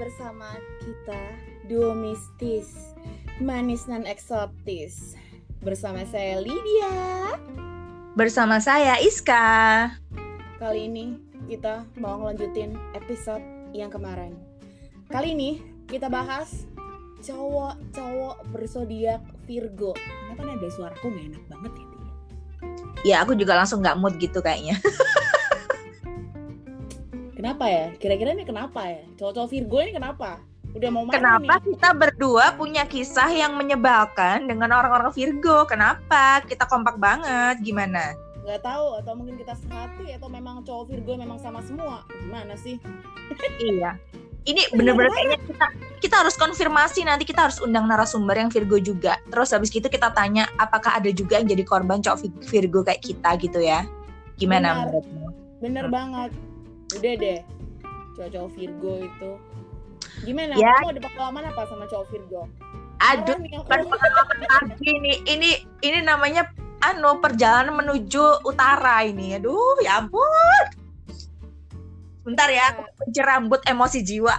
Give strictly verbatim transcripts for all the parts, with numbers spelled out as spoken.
bersama kita duo mistis, manis dan eksotis. Bersama saya Lydia. Bersama saya Iska. Kali ini kita mau ngelanjutin episode yang kemarin. Kali ini kita bahas cowok-cowok berzodiak Virgo. Kenapa nih ada suaraku gak enak banget ya? Ya aku juga langsung gak mood gitu kayaknya. Kenapa ya? Kira-kira ini kenapa ya? Cowok-cowok Virgo ini kenapa? Udah mau mana Kenapa nih? kita berdua punya kisah yang menyebalkan dengan orang-orang Virgo? Kenapa? Kita kompak banget, gimana? Gak tahu, atau mungkin kita sehati, atau memang cowok Virgo memang sama semua. Gimana sih? Iya. Ini bener-bener kayaknya kita kita harus konfirmasi, nanti kita harus undang narasumber yang Virgo juga. Terus habis gitu kita tanya apakah ada juga yang jadi korban cowok Virgo kayak kita gitu ya. Gimana Benar. menurutmu? Bener Hmm. banget. Udah deh, cowok-cowok Virgo itu. Gimana? Ya. Kamu ada pengalaman apa sama cowok Virgo? Aduh, Marah nih aku. bukan pengalaman lagi nih. Ini ini namanya anu perjalanan menuju utara ini. Aduh, ya ampun. Bentar ya, aku kunci rambut emosi jiwa.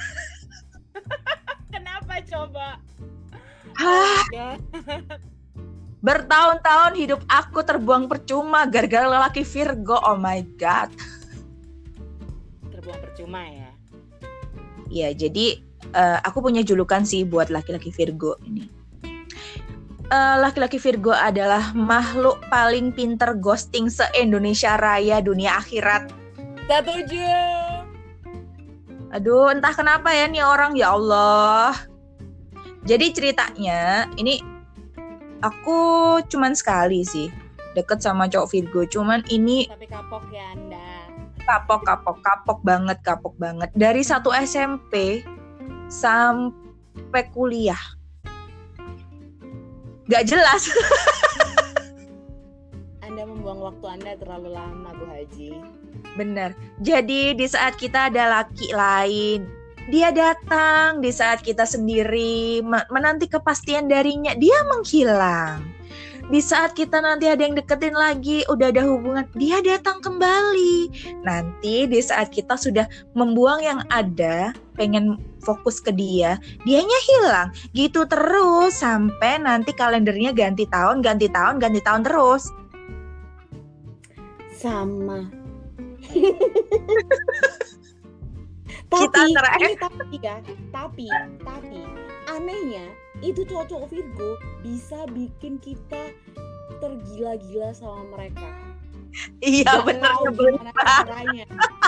Kenapa coba? Hah, Ya. bertahun-tahun hidup aku terbuang percuma gara-gara lelaki Virgo. Oh my god. Terbuang percuma ya. Ya, jadi uh, aku punya julukan sih buat laki-laki Virgo ini. Uh, laki-laki Virgo adalah makhluk paling pinter ghosting se-Indonesia Raya dunia akhirat. Setuju. Aduh, entah kenapa ya nih orang, ya Allah. Jadi ceritanya, ini aku cuman sekali sih deket sama cowok Virgo. Cuman ini Tapi kapok ya Anda. kapok, kapok, kapok banget, kapok banget. Dari satu S M P sampai kuliah. Gak jelas. Anda membuang waktu Anda terlalu lama, Bu Haji. Bener. Jadi di saat kita ada laki lain, dia datang. Di saat kita sendiri menanti kepastian darinya, dia menghilang. Di saat kita nanti ada yang deketin lagi, udah ada hubungan, dia datang kembali. Nanti di saat kita sudah membuang yang ada, pengen fokus ke dia, dianya hilang. Gitu terus sampai nanti kalendernya ganti tahun, ganti tahun, ganti tahun terus. Sama. Kita tapi, terakhir. ini tapi ya, tapi, tapi anehnya itu cowok-cowok Virgo bisa bikin kita tergila-gila sama mereka. Iya Gak bener, tahu nyebelin gimana banget. caranya.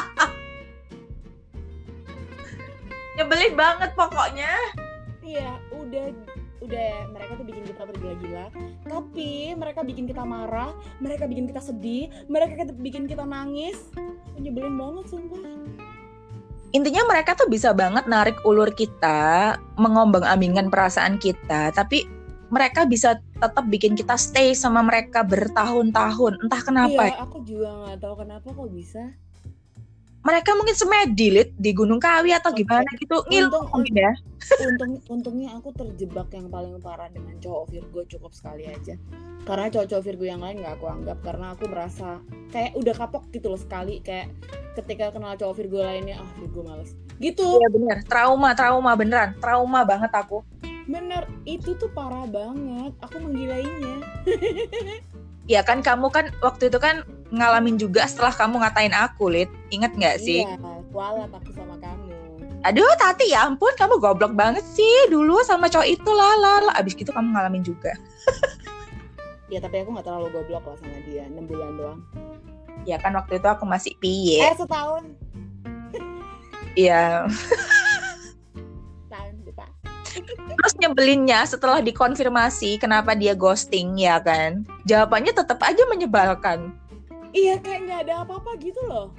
Nyebelin banget pokoknya. Iya, udah udah ya, mereka tuh bikin kita tergila-gila, tapi mereka bikin kita marah, mereka bikin kita sedih, mereka bikin kita nangis. Nyebelin banget sumpah. Intinya mereka tuh bisa banget narik ulur kita, mengombang-ambingkan perasaan kita, tapi mereka bisa tetap bikin kita stay sama mereka bertahun-tahun. Entah kenapa. Iya, aku juga nggak tahu kenapa kok bisa. Mereka mungkin semedilit di Gunung Kawi atau gimana gitu. Ngilang mungkin ya. Untung, untungnya aku terjebak yang paling parah dengan cowok Virgo cukup sekali aja. Karena cowok-cowok Virgo yang lain nggak aku anggap, karena aku merasa kayak udah kapok gitu loh sekali. Kayak ketika kenal cowok Virgo lainnya, ah Virgo males. Gitu. Iya bener, trauma, trauma beneran, trauma banget aku. Bener, itu tuh parah banget. Aku menggilainya. Ya kan kamu kan waktu itu kan ngalamin juga setelah kamu ngatain aku, Lid. Ingat nggak sih? Iya, kualat aku sama kamu. Aduh Tati, ya ampun kamu goblok banget sih dulu sama cowok itu lah lah lah. Abis gitu kamu ngalamin juga. Ya tapi aku nggak terlalu goblok lah sama dia, enam bulan doang. Ya kan waktu itu aku masih piye. Eh setahun. Iya. Tahun lupa. Terus nyebelinnya setelah dikonfirmasi kenapa dia ghosting ya kan, jawabannya tetap aja menyebalkan. Iya kayak nggak ada apa-apa gitu loh.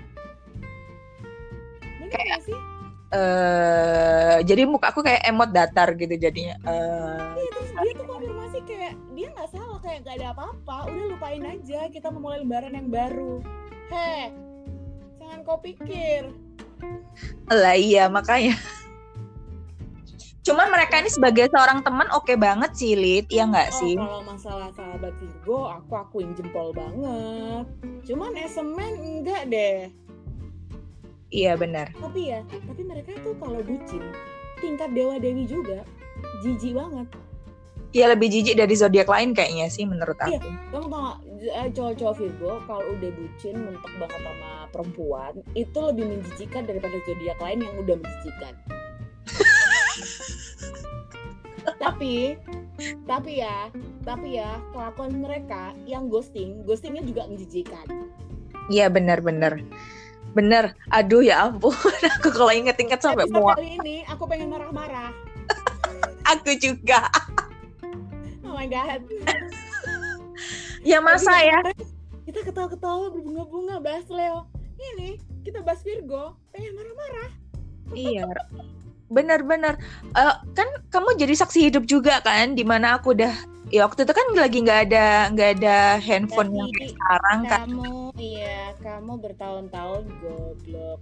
Bener Kayak- nggak sih? Eh, jadi muka aku kayak emot datar gitu jadinya. Eh, Iya, terus dia tuh konfirmasi kayak dia nggak salah, kayak nggak ada apa-apa, udah lupain aja, kita memulai lembaran yang baru. Heh, jangan kau pikir. lah iya makanya. Cuman mereka ini sebagai seorang teman oke banget sih, Lid, ya nggak Oh, sih? kalau masalah sahabat Virgo, aku akuin jempol banget. Cuman as a man enggak deh. Iya benar. Tapi ya, tapi mereka tuh kalau bucin tingkat dewa dewi juga, jijik banget. Ya lebih jijik dari zodiak lain kayaknya sih menurut aku. Iya, kamu tau gak, cowok-cowok Virgo kalau udah bucin mentok banget sama perempuan itu lebih menjijikan daripada zodiak lain yang udah menjijikan. tapi, tapi ya, tapi ya kelakuan mereka yang ghosting, ghostingnya juga menjijikan. Iya benar-benar. Bener, aduh ya ampun, aku kalau inget-inget sampai muak. Kali ini aku pengen marah-marah. Aku juga. Oh my god. Ya masa ya. Kita ketawa-ketawa berbunga-bunga bahas Leo. Ini kita bahas Virgo, pengen marah-marah. Iya, benar-benar. Uh, kan kamu jadi saksi hidup juga kan, dimana aku udah. Ya waktu itu kan lagi nggak ada nggak ada handphone Tapi yang kayak sekarang kan. Kamu, iya, kamu bertahun-tahun goblok.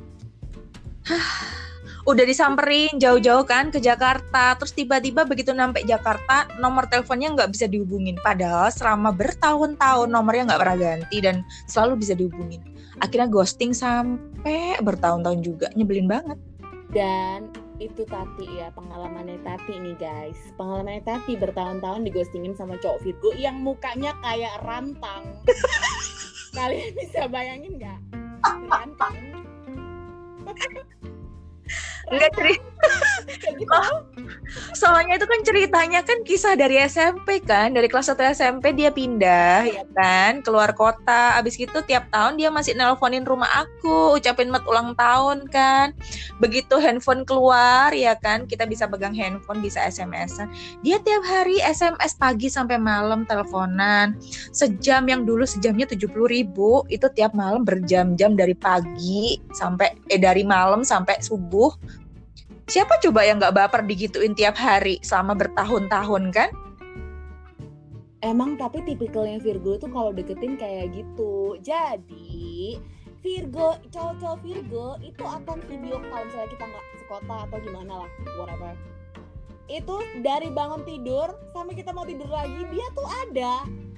Udah disamperin jauh-jauh kan ke Jakarta, terus tiba-tiba begitu nyampe Jakarta nomor teleponnya nggak bisa dihubungin, padahal selama bertahun-tahun nomornya nggak pernah ganti dan selalu bisa dihubungin. Akhirnya ghosting sampai bertahun-tahun juga, nyebelin banget. Dan itu Tati ya, pengalamannya Tati nih guys, pengalamannya Tati bertahun-tahun digostingin sama cowok Virgo yang mukanya kayak rantang. Kalian bisa bayangin nggak? Rantang. Enggak cerita. Gitu. Oh, soalnya itu kan ceritanya kan kisah dari S M P kan, dari kelas satu S M P dia pindah ya kan, keluar kota. Abis itu tiap tahun dia masih nelponin rumah aku, ucapin mat ulang tahun kan. Begitu handphone keluar ya kan, kita bisa pegang handphone, bisa S M S-an. Dia tiap hari S M S pagi sampai malam teleponan. Sejam yang dulu sejamnya tujuh puluh ribu, itu tiap malam berjam-jam dari pagi sampai eh dari malam sampai subuh. Siapa coba yang gak baper digituin tiap hari selama bertahun-tahun kan? Emang tapi tipikalnya Virgo tuh kalau deketin kayak gitu. Jadi Virgo, cowok-cowok Virgo itu akan video kalau misalnya kita gak sekota atau gimana lah, whatever. Itu dari bangun tidur sampai kita mau tidur lagi dia tuh ada.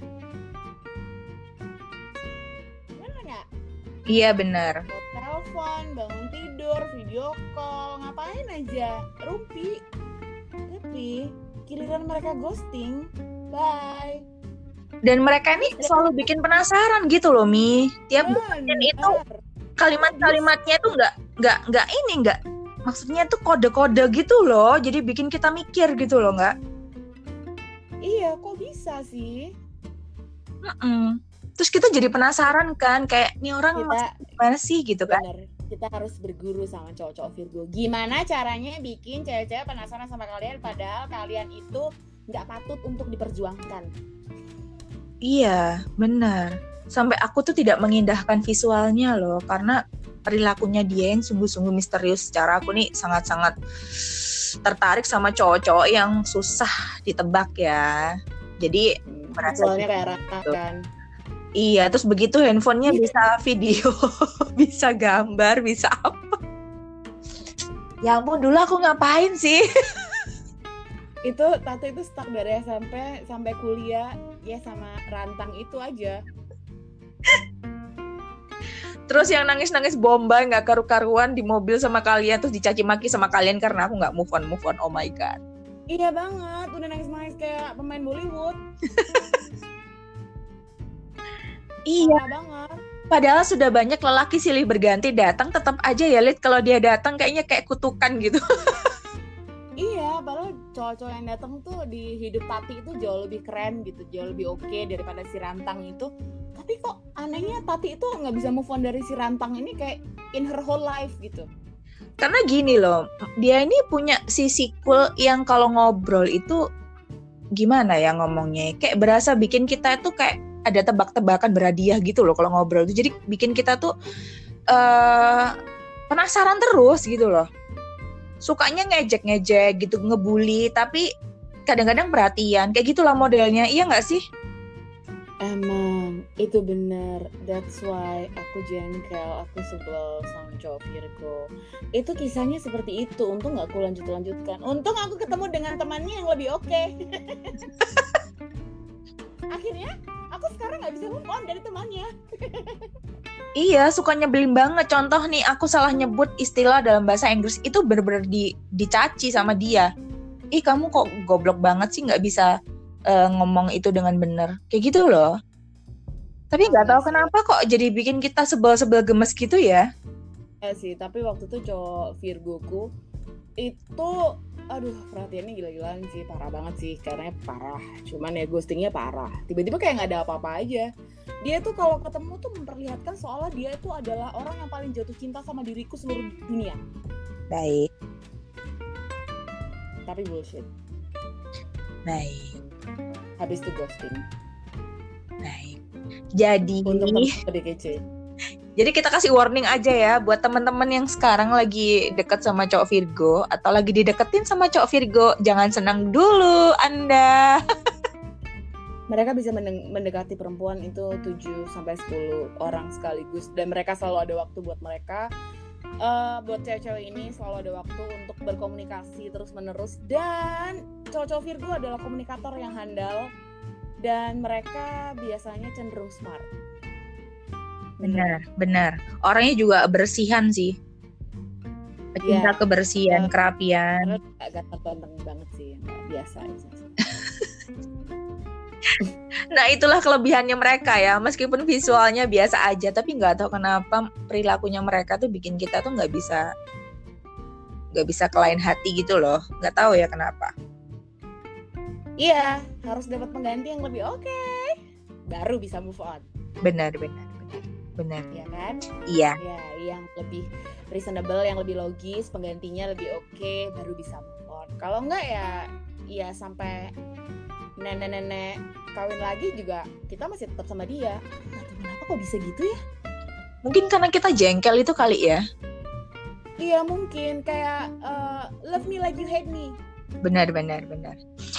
Bener gak? Iya benar. Telepon, bangun tidur, video call, ngapain aja, rumpi. Tapi giliran mereka ghosting, bye. Dan mereka ini selalu bikin penasaran gitu loh Mi. Tiap bukan itu kalimat-kalimatnya itu nggak nggak nggak ini nggak maksudnya tuh kode-kode gitu loh. Jadi bikin kita mikir gitu loh nggak? Iya, kok bisa sih? Mm-mm. Terus kita jadi penasaran kan, kayak nih orang kita, gimana sih gitu kan? Bener, kita harus berguru sama cowok-cowok Virgo. Gimana caranya bikin cewek-cewek penasaran sama kalian padahal kalian itu nggak patut untuk diperjuangkan. Iya, benar. Sampai aku tuh tidak mengindahkan visualnya loh, karena perilakunya dia yang sungguh-sungguh misterius. Secara aku nih sangat-sangat tertarik sama cowok-cowok yang susah ditebak ya. Jadi hmm, merasa visualnya kayak rata kan. Iya, terus begitu handphonenya bisa video, bisa gambar, bisa apa. Ya ampun, dulu aku ngapain sih? Itu Tati itu stuck dari S M P sampai kuliah ya sama rantang itu aja. Terus yang nangis-nangis bombay gak karu-karuan di mobil sama kalian, terus dicaci maki sama kalian karena aku gak move on, move on, oh my god. Iya banget, udah nangis-nangis kayak pemain Bollywood. Iya banget. Padahal sudah banyak lelaki silih berganti datang, tetap aja ya Lid, kalau dia datang kayaknya kayak kutukan gitu. Iya, padahal cowok-cowok yang datang tuh di hidup Tati itu jauh lebih keren gitu, jauh lebih oke okay daripada si Rantang itu. Tapi kok anehnya Tati itu nggak bisa move on dari si Rantang ini kayak in her whole life gitu. Karena gini loh, dia ini punya sisi cool yang kalau ngobrol itu gimana ya ngomongnya, kayak berasa bikin kita itu kayak ada tebak-tebakan berhadiah gitu loh kalau ngobrol tuh. Jadi bikin kita tuh uh, penasaran terus gitu loh. Sukanya ngejek-ngejek gitu, ngebully, tapi kadang-kadang perhatian. Kayak gitulah modelnya, iya gak sih? Emang, itu bener. That's why aku jengkel, aku sebel sama cowok Virgo. Itu kisahnya seperti itu. Untung gak aku lanjut-lanjutkan. Untung aku ketemu dengan temannya yang lebih oke. Okay. Akhirnya aku sekarang nggak bisa move on dari temannya. Iya, suka nyebelin banget. Contoh nih, aku salah nyebut istilah dalam bahasa Inggris itu bener-bener di, dicaci sama dia. Ih, kamu kok goblok banget sih, nggak bisa uh, ngomong itu dengan bener. Kayak gitu loh. Tapi nggak tahu kenapa kok jadi bikin kita sebel-sebel gemes gitu ya. Ya sih, tapi waktu itu cowok Virgoku itu, aduh, perhatiannya gila-gilaan sih, parah banget sih, karena parah. Cuman ya ghostingnya parah. Tiba-tiba kayak nggak ada apa-apa aja. Dia tuh kalau ketemu tuh memperlihatkan seolah dia itu adalah orang yang paling jatuh cinta sama diriku seluruh dunia. Baik. Tapi bullshit. Baik. Habis itu ghosting. Baik. Jadi untuk lebih kece. Jadi kita kasih warning aja ya buat teman-teman yang sekarang lagi deket sama cowok Virgo atau lagi dideketin sama cowok Virgo, jangan senang dulu Anda. Mereka bisa mendekati perempuan itu tujuh sampai sepuluh orang sekaligus dan mereka selalu ada waktu buat mereka. Uh, buat cewek-cewek ini selalu ada waktu untuk berkomunikasi terus-menerus, dan cowok-cowok Virgo adalah komunikator yang handal dan mereka biasanya cenderung smart. Benar, benar. Orangnya juga bersihan sih. Pecinta ya, kebersihan, ya, kerapian. Agak terganteng banget sih, biasa aja. Nah, itulah kelebihannya mereka ya. Meskipun visualnya biasa aja, tapi nggak tahu kenapa perilakunya mereka tuh bikin kita tuh nggak bisa nggak bisa ke lain hati gitu loh. Nggak tahu ya kenapa. Iya, harus dapat pengganti yang lebih oke, okay. Baru bisa move on. Benar, benar. Benar. Ya kan? Iya. Ya, yang lebih reasonable, yang lebih logis, penggantinya lebih oke, okay, baru bisa move on. Kalau enggak ya, ya sampai nenek-nenek kawin lagi juga kita masih tetap sama dia. Nggak tahu kenapa kok bisa gitu ya? Mungkin karena kita jengkel itu kali ya? Iya mungkin, kayak uh, love me like you hate me. Benar, benar, benar.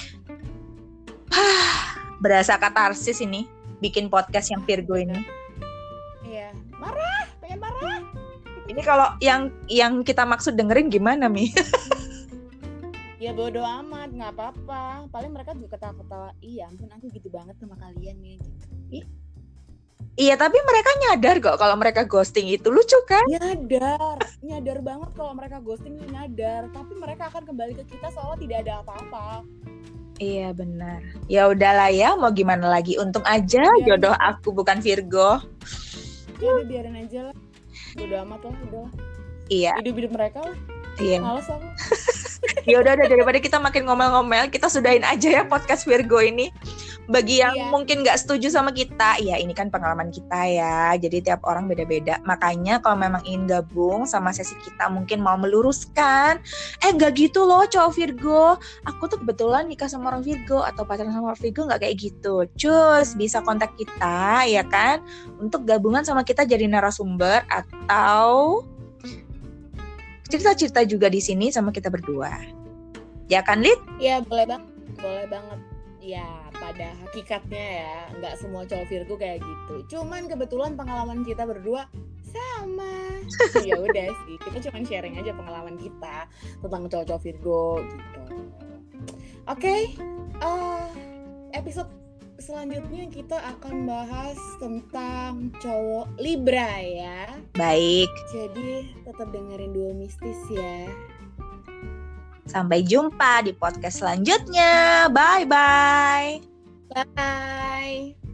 Berasa katarsis ini bikin podcast yang Virgo ini. Marah, pengen marah. Ini kalau yang yang kita maksud dengerin gimana, Mi? Ya bodo amat, nggak apa-apa. Paling mereka juga ketawa-ketawa. Iya, ampun aku gitu banget sama kalian nih. Gitu. Ih. Iya, tapi mereka nyadar kok kalau mereka ghosting itu, lucu kan? Nyadar, nyadar banget kalau mereka ghosting, nyadar. Tapi mereka akan kembali ke kita seolah tidak ada apa-apa. Iya benar. Ya udahlah ya, mau gimana lagi? Untung aja ya, jodoh aku bukan Virgo. Ya udah biarin aja lah, bodo amat lah, udah. Iya. Hidup-hidup mereka lah. Iya. Males aku. Ya udah, daripada kita makin ngomel-ngomel, kita sudahin aja ya podcast Virgo ini. Bagi yang iya. mungkin nggak setuju sama kita, ya ini kan pengalaman kita ya. Jadi tiap orang beda-beda. Makanya kalau memang ingin gabung sama sesi kita, mungkin mau meluruskan, eh nggak gitu loh cowok Virgo. Aku tuh kebetulan nikah sama orang Virgo atau pacaran sama orang Virgo, nggak kayak gitu. Cus bisa kontak kita ya kan, untuk gabungan sama kita jadi narasumber atau cerita-cerita juga di sini sama kita berdua. Ya kan, Lid? Iya, boleh banget. Boleh banget. Ya, pada hakikatnya ya, nggak semua cowok Virgo kayak gitu. Cuman kebetulan pengalaman kita berdua sama. Ya udah sih, kita cuma sharing aja pengalaman kita tentang cowok-cowok Virgo gitu. Oke, okay, uh, episode selanjutnya kita akan bahas tentang cowok Libra ya. Baik. Jadi tetap dengerin Duo Mistis ya. Sampai jumpa di podcast selanjutnya. Bye-bye. Bye.